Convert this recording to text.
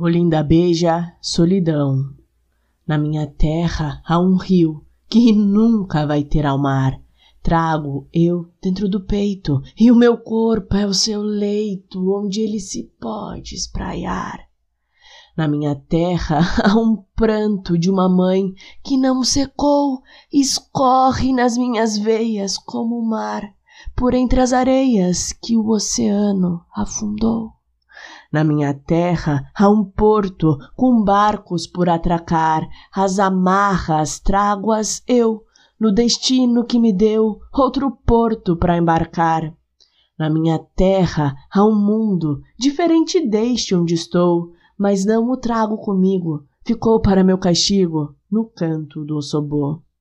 Olinda beija solidão. Na minha terra há um rio que nunca vai ter ao mar. Trago eu dentro do peito e o meu corpo é o seu leito onde ele se pode espraiar. Na minha terra há um pranto de uma mãe que não secou, escorre nas minhas veias como o mar, por entre as areias que o oceano afundou. Na minha terra há um porto com barcos por atracar, as amarras trago-as eu, no destino que me deu outro porto para embarcar. Na minha terra há um mundo diferente deste onde estou, mas não o trago comigo, ficou para meu castigo no canto do Osobô.